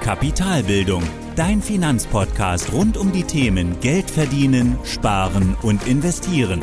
Kapitalbildung, dein Finanzpodcast rund um die Themen Geld verdienen, sparen und investieren.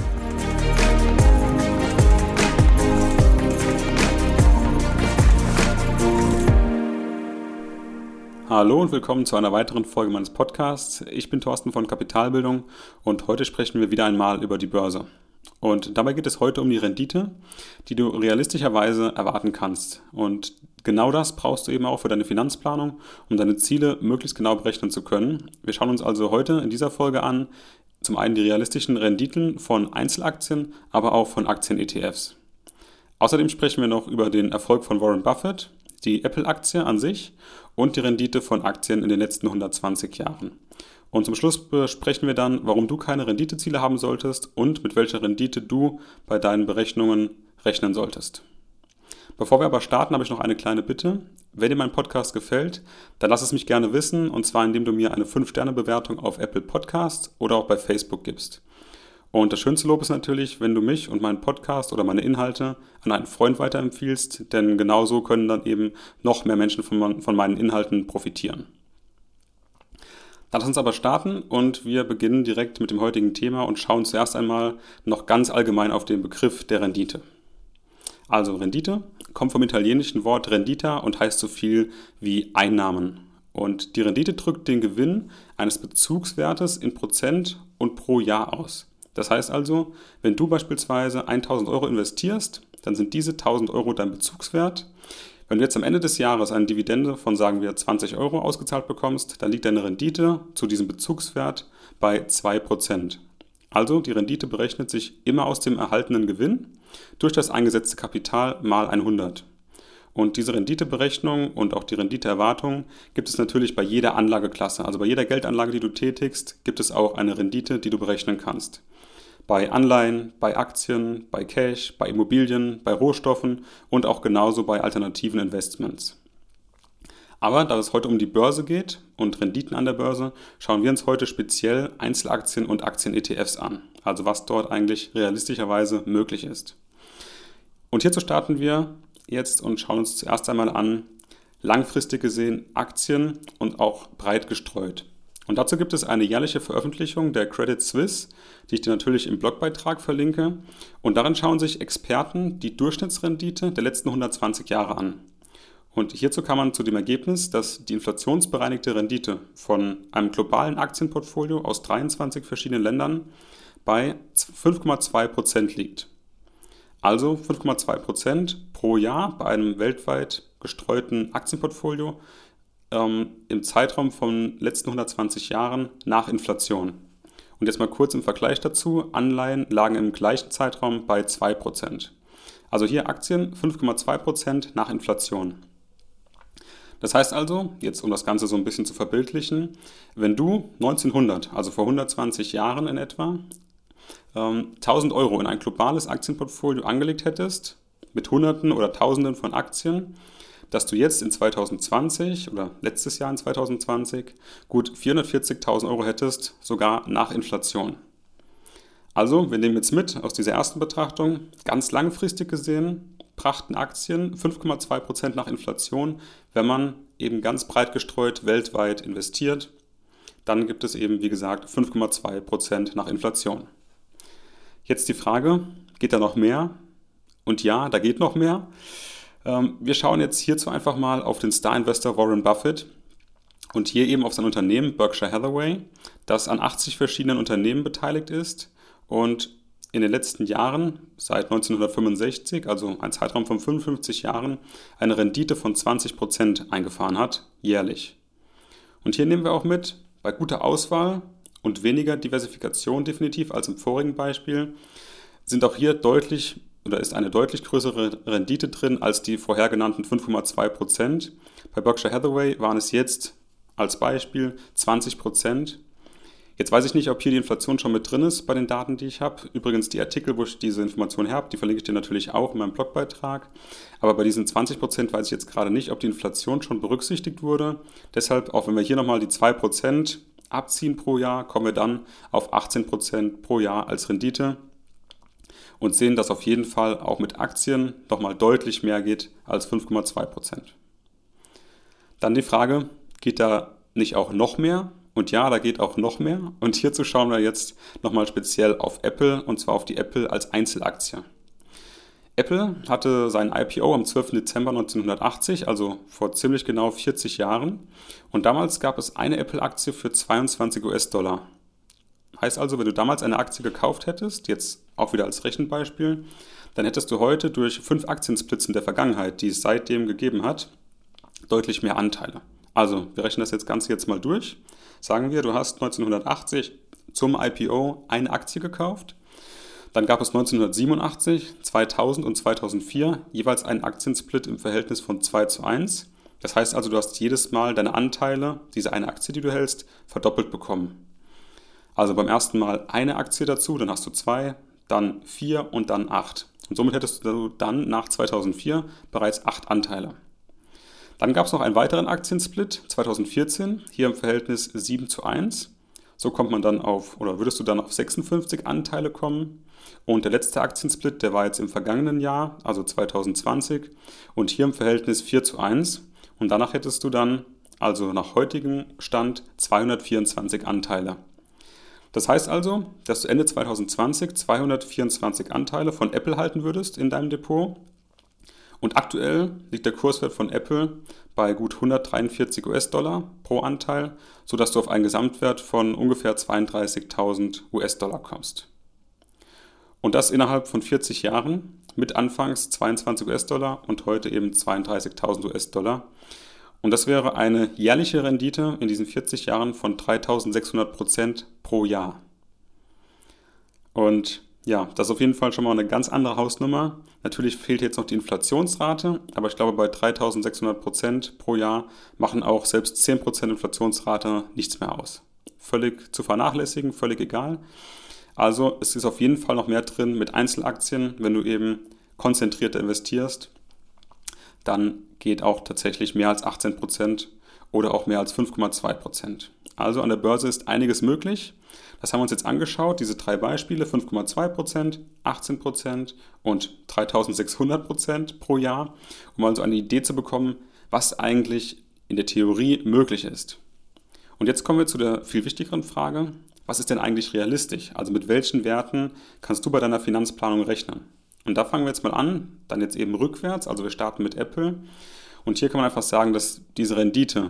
Hallo und willkommen zu einer weiteren Folge meines Podcasts. Ich bin Thorsten von Kapitalbildung und heute sprechen wir wieder einmal über die Börse. Und dabei geht es heute um die Rendite, die du realistischerweise erwarten kannst. Und genau das brauchst du eben auch für deine Finanzplanung, um deine Ziele möglichst genau berechnen zu können. Wir schauen uns also heute in dieser Folge an, zum einen die realistischen Renditen von Einzelaktien, aber auch von Aktien-ETFs. Außerdem sprechen wir noch über den Erfolg von Warren Buffett, die Apple-Aktie an sich und die Rendite von Aktien in den letzten 120 Jahren. Und zum Schluss besprechen wir dann, warum du keine Renditeziele haben solltest und mit welcher Rendite du bei deinen Berechnungen rechnen solltest. Bevor wir aber starten, habe ich noch eine kleine Bitte. Wenn dir mein Podcast gefällt, dann lass es mich gerne wissen, und zwar indem du mir eine 5-Sterne-Bewertung auf Apple Podcasts oder auch bei Facebook gibst. Und das schönste Lob ist natürlich, wenn du mich und meinen Podcast oder meine Inhalte an einen Freund weiterempfiehlst, denn genau so können dann eben noch mehr Menschen von meinen Inhalten profitieren. Dann lass uns aber starten und wir beginnen direkt mit dem heutigen Thema und schauen zuerst einmal noch ganz allgemein auf den Begriff der Rendite. Also Rendite kommt vom italienischen Wort rendita und heißt so viel wie Einnahmen. Und die Rendite drückt den Gewinn eines Bezugswertes in Prozent und pro Jahr aus. Das heißt also, wenn du beispielsweise 1.000 Euro investierst, dann sind diese 1.000 Euro dein Bezugswert. Wenn du jetzt am Ende des Jahres eine Dividende von, sagen wir, 20 Euro ausgezahlt bekommst, dann liegt deine Rendite zu diesem Bezugswert bei 2%. Also die Rendite berechnet sich immer aus dem erhaltenen Gewinn durch das eingesetzte Kapital mal 100. Und diese Renditeberechnung und auch die Renditeerwartung gibt es natürlich bei jeder Anlageklasse. Also bei jeder Geldanlage, die du tätigst, gibt es auch eine Rendite, die du berechnen kannst. Bei Anleihen, bei Aktien, bei Cash, bei Immobilien, bei Rohstoffen und auch genauso bei alternativen Investments. Aber da es heute um die Börse geht und Renditen an der Börse, schauen wir uns heute speziell Einzelaktien und Aktien-ETFs an. Also was dort eigentlich realistischerweise möglich ist. Und hierzu starten wir jetzt und schauen uns zuerst einmal an, langfristig gesehen Aktien und auch breit gestreut. Und dazu gibt es eine jährliche Veröffentlichung der Credit Suisse, die ich dir natürlich im Blogbeitrag verlinke. Und darin schauen sich Experten die Durchschnittsrendite der letzten 120 Jahre an. Und hierzu kam man zu dem Ergebnis, dass die inflationsbereinigte Rendite von einem globalen Aktienportfolio aus 23 verschiedenen Ländern bei 5,2% liegt. Also 5,2% pro Jahr bei einem weltweit gestreuten Aktienportfolio im Zeitraum von letzten 120 Jahren nach Inflation. Und jetzt mal kurz im Vergleich dazu, Anleihen lagen im gleichen Zeitraum bei 2%. Also hier Aktien 5,2% nach Inflation. Das heißt also, jetzt um das Ganze so ein bisschen zu verbildlichen, wenn du 1900, also vor 120 Jahren in etwa, 1.000 Euro in ein globales Aktienportfolio angelegt hättest, mit Hunderten oder Tausenden von Aktien, dass du jetzt in 2020 oder letztes Jahr in 2020 gut 440.000 Euro hättest, sogar nach Inflation. Also, wir nehmen jetzt mit aus dieser ersten Betrachtung, ganz langfristig gesehen, brachten Aktien 5,2% nach Inflation, wenn man eben ganz breit gestreut weltweit investiert. Dann gibt es eben, wie gesagt, 5,2% nach Inflation. Jetzt die Frage, geht da noch mehr? Und ja, da geht noch mehr. Wir schauen jetzt hierzu einfach mal auf den Star-Investor Warren Buffett und hier eben auf sein Unternehmen Berkshire Hathaway, das an 80 verschiedenen Unternehmen beteiligt ist und in den letzten Jahren, seit 1965, also ein Zeitraum von 55 Jahren, eine Rendite von 20% eingefahren hat, jährlich. Und hier nehmen wir auch mit, bei guter Auswahl und weniger Diversifikation definitiv als im vorigen Beispiel, sind auch hier ist eine deutlich größere Rendite drin als die vorher genannten 5,2%. Bei Berkshire Hathaway waren es jetzt als Beispiel 20%. Jetzt weiß ich nicht, ob hier die Inflation schon mit drin ist bei den Daten, die ich habe. Übrigens die Artikel, wo ich diese Information her habe, die verlinke ich dir natürlich auch in meinem Blogbeitrag. Aber bei diesen 20% weiß ich jetzt gerade nicht, ob die Inflation schon berücksichtigt wurde. Deshalb, auch wenn wir hier nochmal die 2% abziehen pro Jahr, kommen wir dann auf 18% pro Jahr als Rendite. Und sehen, dass auf jeden Fall auch mit Aktien nochmal deutlich mehr geht als 5,2%. Dann die Frage, Geht da nicht auch noch mehr? Und ja, da geht auch noch mehr. Und hierzu schauen wir jetzt nochmal speziell auf Apple, und zwar auf die Apple als Einzelaktie. Apple hatte sein IPO am 12. Dezember 1980, also vor ziemlich genau 40 Jahren. Und damals gab es eine Apple-Aktie für 22 US-Dollar. Heißt also, wenn du damals eine Aktie gekauft hättest, jetzt auch wieder als Rechenbeispiel, dann hättest du heute durch 5 Aktiensplits in der Vergangenheit, die es seitdem gegeben hat, deutlich mehr Anteile. Also, wir rechnen das Ganze jetzt mal durch. Sagen wir, du hast 1980 zum IPO eine Aktie gekauft. Dann gab es 1987, 2000 und 2004 jeweils einen Aktiensplit im Verhältnis von 2:1. Das heißt also, du hast jedes Mal deine Anteile, diese eine Aktie, die du hältst, verdoppelt bekommen. Also beim ersten Mal eine Aktie dazu, dann hast du 2, dann 4 und dann 8. Und somit hättest du dann nach 2004 bereits 8 Anteile. Dann gab es noch einen weiteren Aktiensplit 2014, hier im Verhältnis 7:1. So kommt man dann auf, oder würdest du dann auf 56 Anteile kommen. Und der letzte Aktiensplit, der war jetzt im vergangenen Jahr, also 2020, und hier im Verhältnis 4:1. Und danach hättest du dann, also nach heutigem Stand, 224 Anteile. Das heißt also, dass du Ende 2020 224 Anteile von Apple halten würdest in deinem Depot. Und aktuell liegt der Kurswert von Apple bei gut 143 US-Dollar pro Anteil, sodass du auf einen Gesamtwert von ungefähr 32.000 US-Dollar kommst. Und das innerhalb von 40 Jahren mit anfangs 22 US-Dollar und heute eben 32.000 US-Dollar. Und das wäre eine jährliche Rendite in diesen 40 Jahren von 3.600% pro Jahr. Und ja, das ist auf jeden Fall schon mal eine ganz andere Hausnummer. Natürlich fehlt jetzt noch die Inflationsrate, aber ich glaube, bei 3.600% pro Jahr machen auch selbst 10% Inflationsrate nichts mehr aus. Völlig zu vernachlässigen, völlig egal. Also es ist auf jeden Fall noch mehr drin mit Einzelaktien, wenn du eben konzentrierter investierst. Dann geht auch tatsächlich mehr als 18% oder auch mehr als 5,2%. Also an der Börse ist einiges möglich. Das haben wir uns jetzt angeschaut, diese 3 Beispiele, 5,2%, 18% und 3.600% pro Jahr, um also eine Idee zu bekommen, was eigentlich in der Theorie möglich ist. Und jetzt kommen wir zu der viel wichtigeren Frage, was ist denn eigentlich realistisch? Also mit welchen Werten kannst du bei deiner Finanzplanung rechnen? Und da fangen wir jetzt mal an, dann jetzt eben rückwärts, also wir starten mit Apple. Und hier kann man einfach sagen, dass diese Rendite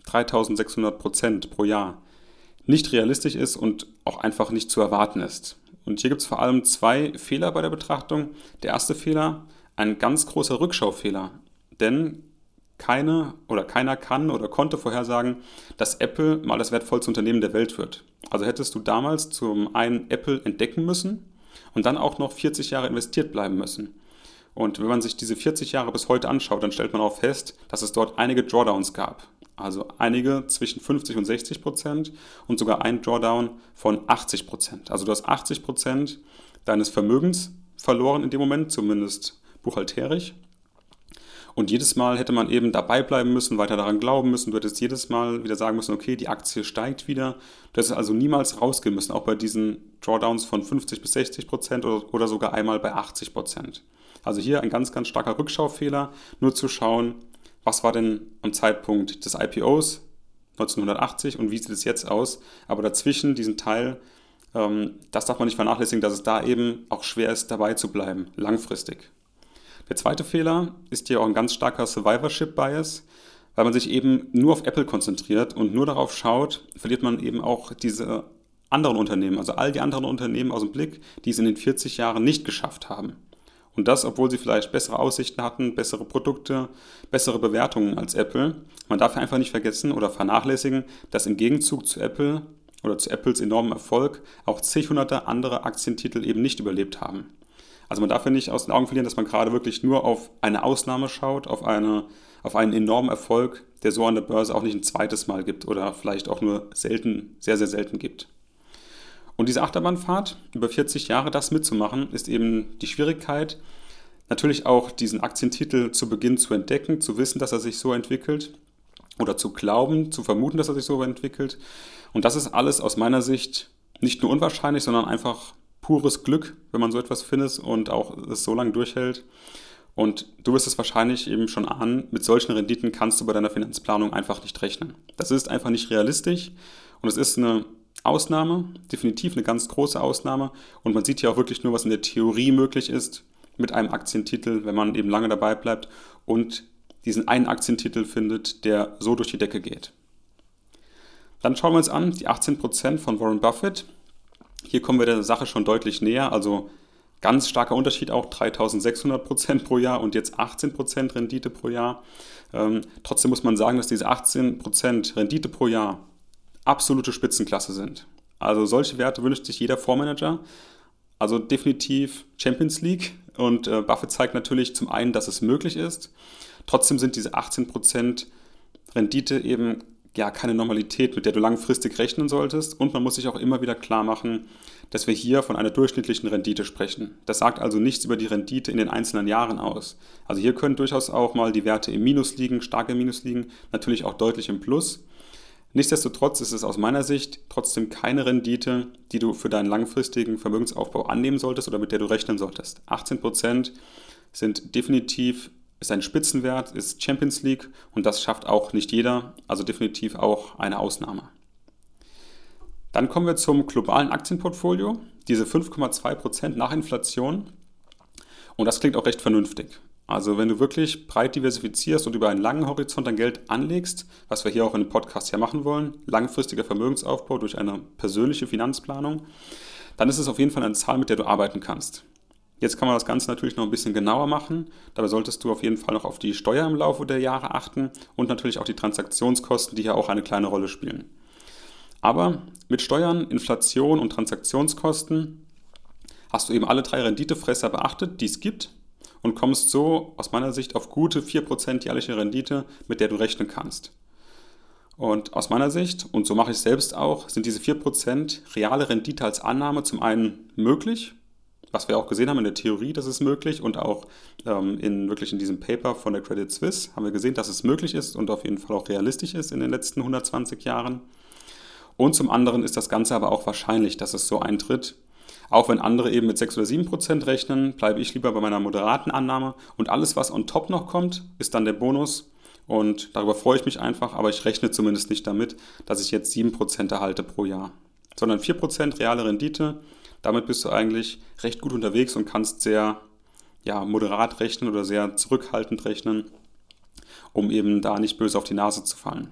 3.600% pro Jahr nicht realistisch ist und auch einfach nicht zu erwarten ist. Und hier gibt es vor allem 2 Fehler bei der Betrachtung. Der erste Fehler, ein ganz großer Rückschaufehler, denn keiner kann oder konnte vorhersagen, dass Apple mal das wertvollste Unternehmen der Welt wird. Also hättest du damals zum einen Apple entdecken müssen und dann auch noch 40 Jahre investiert bleiben müssen. Und wenn man sich diese 40 Jahre bis heute anschaut, dann stellt man auch fest, dass es dort einige Drawdowns gab. Also einige zwischen 50 und 60% und sogar ein Drawdown von 80%. Also du hast 80% deines Vermögens verloren in dem Moment, zumindest buchhalterisch. Und jedes Mal hätte man eben dabei bleiben müssen, weiter daran glauben müssen. Du hättest jedes Mal wieder sagen müssen, okay, die Aktie steigt wieder. Du hättest also niemals rausgehen müssen, auch bei diesen Drawdowns von 50 bis 60% oder sogar einmal bei 80%. Also hier ein ganz, ganz starker Rückschaufehler, nur zu schauen, was war denn am Zeitpunkt des IPOs 1980 und wie sieht es jetzt aus. Aber dazwischen diesen Teil, das darf man nicht vernachlässigen, dass es da eben auch schwer ist, dabei zu bleiben, langfristig. Der zweite Fehler ist hier auch ein ganz starker Survivorship-Bias, weil man sich eben nur auf Apple konzentriert und nur darauf schaut, verliert man eben auch diese anderen Unternehmen, also all die anderen Unternehmen aus dem Blick, die es in den 40 Jahren nicht geschafft haben. Und das, obwohl sie vielleicht bessere Aussichten hatten, bessere Produkte, bessere Bewertungen als Apple. Man darf einfach nicht vergessen oder vernachlässigen, dass im Gegenzug zu Apple oder zu Apples enormem Erfolg auch zig hunderte andere Aktientitel eben nicht überlebt haben. Also man darf ja nicht aus den Augen verlieren, dass man gerade wirklich nur auf eine Ausnahme schaut, auf einen enormen Erfolg, der so an der Börse auch nicht ein zweites Mal gibt oder vielleicht auch nur selten, sehr, sehr selten gibt. Und diese Achterbahnfahrt über 40 Jahre, das mitzumachen, ist eben die Schwierigkeit, natürlich auch diesen Aktientitel zu Beginn zu entdecken, zu wissen, dass er sich so entwickelt oder zu glauben, zu vermuten, dass er sich so entwickelt. Und das ist alles aus meiner Sicht nicht nur unwahrscheinlich, sondern einfach pures Glück, wenn man so etwas findet und auch es so lange durchhält. Und du wirst es wahrscheinlich eben schon ahnen, mit solchen Renditen kannst du bei deiner Finanzplanung einfach nicht rechnen. Das ist einfach nicht realistisch und es ist eine Ausnahme, definitiv eine ganz große Ausnahme. Und man sieht ja auch wirklich nur, was in der Theorie möglich ist mit einem Aktientitel, wenn man eben lange dabei bleibt und diesen einen Aktientitel findet, der so durch die Decke geht. Dann schauen wir uns an, die 18% von Warren Buffett. Hier kommen wir der Sache schon deutlich näher, also ganz starker Unterschied auch, 3.600% pro Jahr und jetzt 18% Rendite pro Jahr. Trotzdem muss man sagen, dass diese 18% Rendite pro Jahr absolute Spitzenklasse sind. Also solche Werte wünscht sich jeder Fondsmanager, also definitiv Champions League. Und Buffett zeigt natürlich zum einen, dass es möglich ist. Trotzdem sind diese 18% Rendite eben ja keine Normalität, mit der du langfristig rechnen solltest. Und man muss sich auch immer wieder klar machen, dass wir hier von einer durchschnittlichen Rendite sprechen. Das sagt also nichts über die Rendite in den einzelnen Jahren aus. Also hier können durchaus auch mal die Werte im Minus liegen, stark im Minus liegen, natürlich auch deutlich im Plus. Nichtsdestotrotz ist es aus meiner Sicht trotzdem keine Rendite, die du für deinen langfristigen Vermögensaufbau annehmen solltest oder mit der du rechnen solltest. 18% sind definitiv, ist ein Spitzenwert, ist Champions League und das schafft auch nicht jeder, also definitiv auch eine Ausnahme. Dann kommen wir zum globalen Aktienportfolio, diese 5,2% nach Inflation und das klingt auch recht vernünftig. Also wenn du wirklich breit diversifizierst und über einen langen Horizont dein Geld anlegst, was wir hier auch in dem Podcast ja machen wollen, langfristiger Vermögensaufbau durch eine persönliche Finanzplanung, dann ist es auf jeden Fall eine Zahl, mit der du arbeiten kannst. Jetzt kann man das Ganze natürlich noch ein bisschen genauer machen. Dabei solltest du auf jeden Fall noch auf die Steuer im Laufe der Jahre achten und natürlich auch die Transaktionskosten, die hier auch eine kleine Rolle spielen. Aber mit Steuern, Inflation und Transaktionskosten hast du eben alle 3 Renditefresser beachtet, die es gibt. Und kommst so aus meiner Sicht auf gute 4% jährliche Rendite, mit der du rechnen kannst. Und aus meiner Sicht, und so mache ich es selbst auch, sind diese 4% reale Rendite als Annahme zum einen möglich, was wir auch gesehen haben in der Theorie, dass es möglich und auch wirklich in diesem Paper von der Credit Suisse haben wir gesehen, dass es möglich ist und auf jeden Fall auch realistisch ist in den letzten 120 Jahren. Und zum anderen ist das Ganze aber auch wahrscheinlich, dass es so eintritt. Auch wenn andere eben mit 6 oder 7% rechnen, bleibe ich lieber bei meiner moderaten Annahme. Und alles, was on top noch kommt, ist dann der Bonus. Und darüber freue ich mich einfach, aber ich rechne zumindest nicht damit, dass ich jetzt 7% erhalte pro Jahr. Sondern 4% reale Rendite. Damit bist du eigentlich recht gut unterwegs und kannst sehr moderat rechnen oder sehr zurückhaltend rechnen, um eben da nicht böse auf die Nase zu fallen.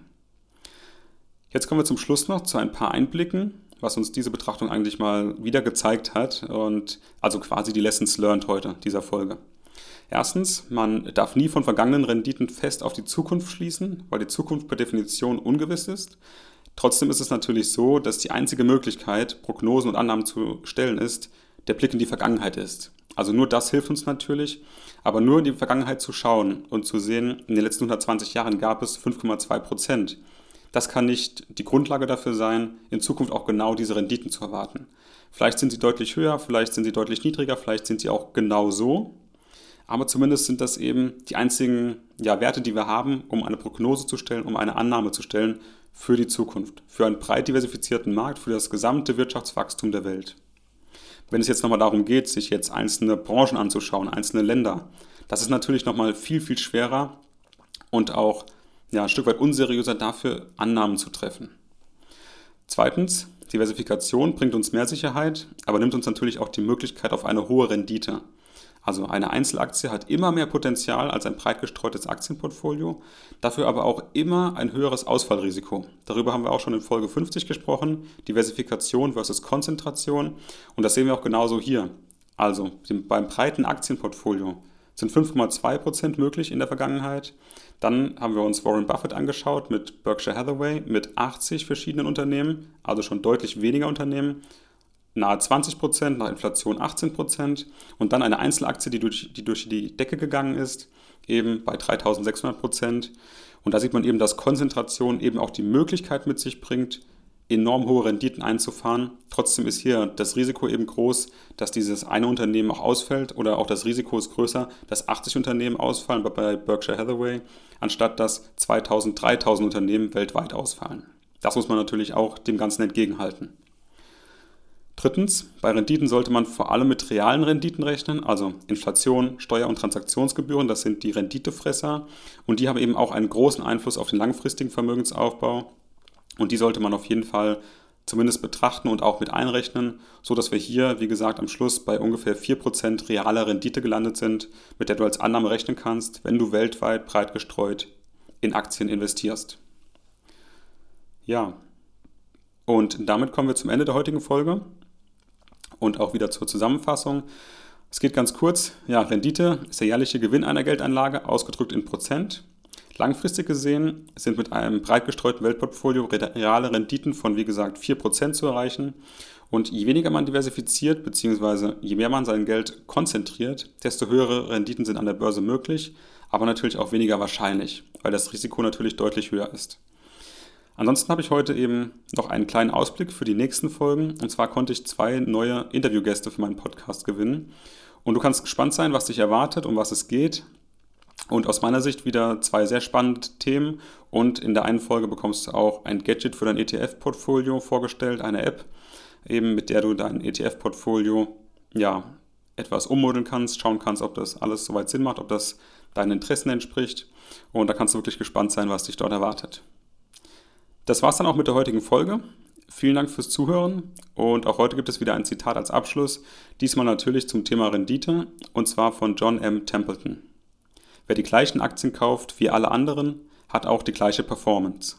Jetzt kommen wir zum Schluss noch zu ein paar Einblicken, was uns diese Betrachtung eigentlich mal wieder gezeigt hat und also quasi die Lessons learned heute dieser Folge. Erstens, man darf nie von vergangenen Renditen fest auf die Zukunft schließen, weil die Zukunft per Definition ungewiss ist. Trotzdem ist es natürlich so, dass die einzige Möglichkeit, Prognosen und Annahmen zu stellen ist, der Blick in die Vergangenheit ist. Also nur das hilft uns natürlich, aber nur in die Vergangenheit zu schauen und zu sehen, in den letzten 120 Jahren gab es 5,2%. Das kann nicht die Grundlage dafür sein, in Zukunft auch genau diese Renditen zu erwarten. Vielleicht sind sie deutlich höher, vielleicht sind sie deutlich niedriger, vielleicht sind sie auch genau so. Aber zumindest sind das eben die einzigen Werte, die wir haben, um eine Prognose zu stellen, um eine Annahme zu stellen für die Zukunft, für einen breit diversifizierten Markt, für das gesamte Wirtschaftswachstum der Welt. Wenn es jetzt nochmal darum geht, sich jetzt einzelne Branchen anzuschauen, einzelne Länder, das ist natürlich nochmal viel, viel schwerer und auch ein Stück weit unseriöser dafür, Annahmen zu treffen. Zweitens, Diversifikation bringt uns mehr Sicherheit, aber nimmt uns natürlich auch die Möglichkeit auf eine hohe Rendite. Also eine Einzelaktie hat immer mehr Potenzial als ein breit gestreutes Aktienportfolio, dafür aber auch immer ein höheres Ausfallrisiko. Darüber haben wir auch schon in Folge 50 gesprochen, Diversifikation versus Konzentration. Und das sehen wir auch genauso hier. Also beim breiten Aktienportfolio sind 5,2% möglich in der Vergangenheit. Dann haben wir uns Warren Buffett angeschaut mit Berkshire Hathaway mit 80 verschiedenen Unternehmen, also schon deutlich weniger Unternehmen, nahe 20%, nach Inflation 18% und dann eine Einzelaktie, die durch die Decke gegangen ist, eben bei 3.600%. Und da sieht man eben, dass Konzentration eben auch die Möglichkeit mit sich bringt, enorm hohe Renditen einzufahren. Trotzdem ist hier das Risiko eben groß, dass dieses eine Unternehmen auch ausfällt oder auch das Risiko ist größer, dass 80 Unternehmen ausfallen bei Berkshire Hathaway, anstatt dass 2.000, 3.000 Unternehmen weltweit ausfallen. Das muss man natürlich auch dem Ganzen entgegenhalten. Drittens, bei Renditen sollte man vor allem mit realen Renditen rechnen, also Inflation, Steuer- und Transaktionsgebühren, das sind die Renditefresser und die haben eben auch einen großen Einfluss auf den langfristigen Vermögensaufbau und die sollte man auf jeden Fall zumindest betrachten und auch mit einrechnen, sodass wir hier, wie gesagt, am Schluss bei ungefähr 4% realer Rendite gelandet sind, mit der du als Annahme rechnen kannst, wenn du weltweit breit gestreut in Aktien investierst. Ja, und damit kommen wir zum Ende der heutigen Folge und auch wieder zur Zusammenfassung. Es geht ganz kurz. Ja, Rendite ist der jährliche Gewinn einer Geldanlage, ausgedrückt in Prozent. Langfristig gesehen sind mit einem breit gestreuten Weltportfolio reale Renditen von, wie gesagt, 4% zu erreichen. Und je weniger man diversifiziert, beziehungsweise je mehr man sein Geld konzentriert, desto höhere Renditen sind an der Börse möglich, aber natürlich auch weniger wahrscheinlich, weil das Risiko natürlich deutlich höher ist. Ansonsten habe ich heute eben noch einen kleinen Ausblick für die nächsten Folgen. Und zwar konnte ich 2 neue Interviewgäste für meinen Podcast gewinnen. Und du kannst gespannt sein, was dich erwartet, um was es geht. Und aus meiner Sicht wieder 2 sehr spannende Themen. Und in der einen Folge bekommst du auch ein Gadget für dein ETF-Portfolio vorgestellt, eine App, eben mit der du dein ETF-Portfolio etwas ummodeln kannst, schauen kannst, ob das alles soweit Sinn macht, ob das deinen Interessen entspricht. Und da kannst du wirklich gespannt sein, was dich dort erwartet. Das war's dann auch mit der heutigen Folge. Vielen Dank fürs Zuhören und auch heute gibt es wieder ein Zitat als Abschluss, diesmal natürlich zum Thema Rendite und zwar von John M. Templeton. Wer die gleichen Aktien kauft wie alle anderen, hat auch die gleiche Performance.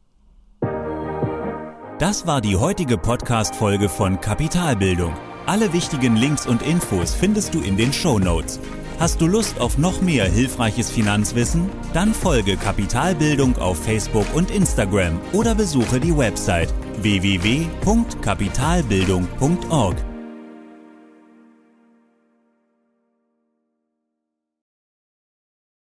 Das war die heutige Podcast-Folge von Kapitalbildung. Alle wichtigen Links und Infos findest du in den Shownotes. Hast du Lust auf noch mehr hilfreiches Finanzwissen? Dann folge Kapitalbildung auf Facebook und Instagram oder besuche die Website www.kapitalbildung.org.